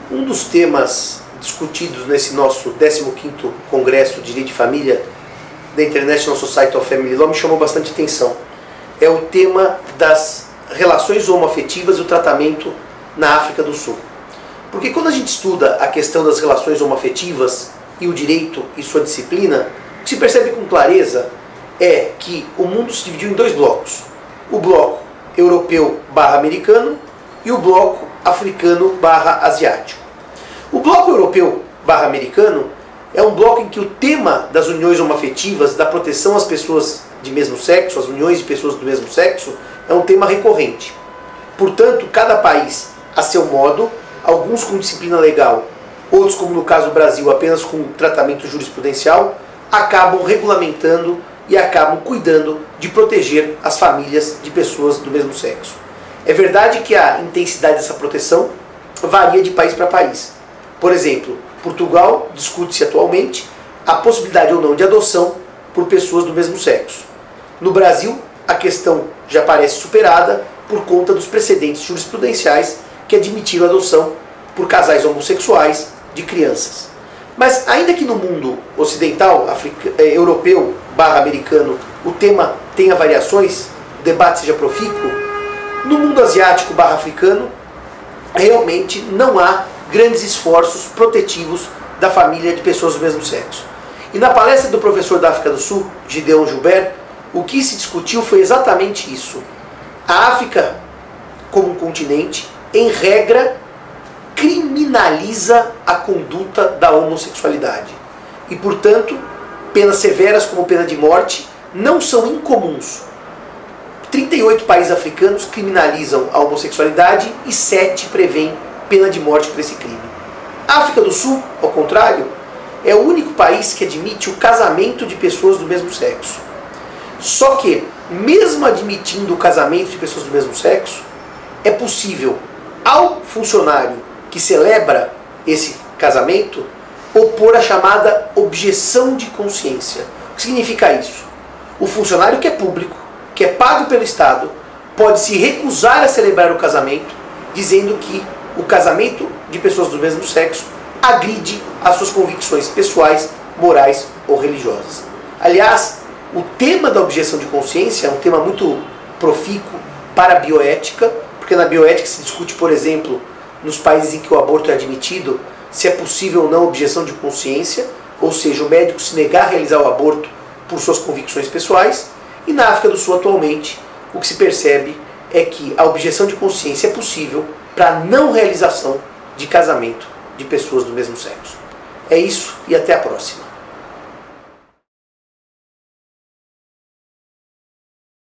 Um dos temas discutidos nesse nosso 15º Congresso de Direito de Família da International Society of Family Law me chamou bastante atenção. É o tema das relações homoafetivas e o tratamento na África do Sul. Porque quando a gente estuda a questão das relações homoafetivas e o direito e sua disciplina, o que se percebe com clareza é que o mundo se dividiu em dois blocos. O bloco europeu/americano e o bloco africano/asiático. O bloco europeu/americano é um bloco em que o tema das uniões homoafetivas, da proteção às pessoas de mesmo sexo, às uniões de pessoas do mesmo sexo, é um tema recorrente. Portanto, cada país, a seu modo, alguns com disciplina legal, outros, como no caso do Brasil, apenas com tratamento jurisprudencial, acabam regulamentando e acabam cuidando de proteger as famílias de pessoas do mesmo sexo. É verdade que a intensidade dessa proteção varia de país para país. Por exemplo, Portugal discute-se atualmente a possibilidade ou não de adoção por pessoas do mesmo sexo. No Brasil, a questão já parece superada por conta dos precedentes jurisprudenciais que admitiram a adoção por casais homossexuais de crianças. Mas ainda que no mundo ocidental, europeu/americano, o tema tenha variações, o debate seja profícuo, no mundo asiático/africano, realmente não há grandes esforços protetivos da família de pessoas do mesmo sexo. E na palestra do professor da África do Sul, Gideon Gilbert, o que se discutiu foi exatamente isso. A África, como um continente, em regra, criminaliza a conduta da homossexualidade. E, portanto, penas severas como pena de morte não são incomuns. 38 países africanos criminalizam a homossexualidade e 7 prevêem pena de morte por esse crime. A África do Sul, ao contrário, é o único país que admite o casamento de pessoas do mesmo sexo. Só que, mesmo admitindo o casamento de pessoas do mesmo sexo, é possível ao funcionário que celebra esse casamento opor a chamada objeção de consciência. O que significa isso? O funcionário que é público, que é pago pelo Estado, pode se recusar a celebrar o casamento, dizendo que o casamento de pessoas do mesmo sexo agride as suas convicções pessoais, morais ou religiosas. Aliás, o tema da objeção de consciência é um tema muito profícuo para a bioética, porque na bioética se discute, por exemplo, nos países em que o aborto é admitido, se é possível ou não objeção de consciência, ou seja, o médico se negar a realizar o aborto por suas convicções pessoais, e na África do Sul atualmente o que se percebe é que a objeção de consciência é possível para a não realização de casamento de pessoas do mesmo sexo. É isso e até a próxima.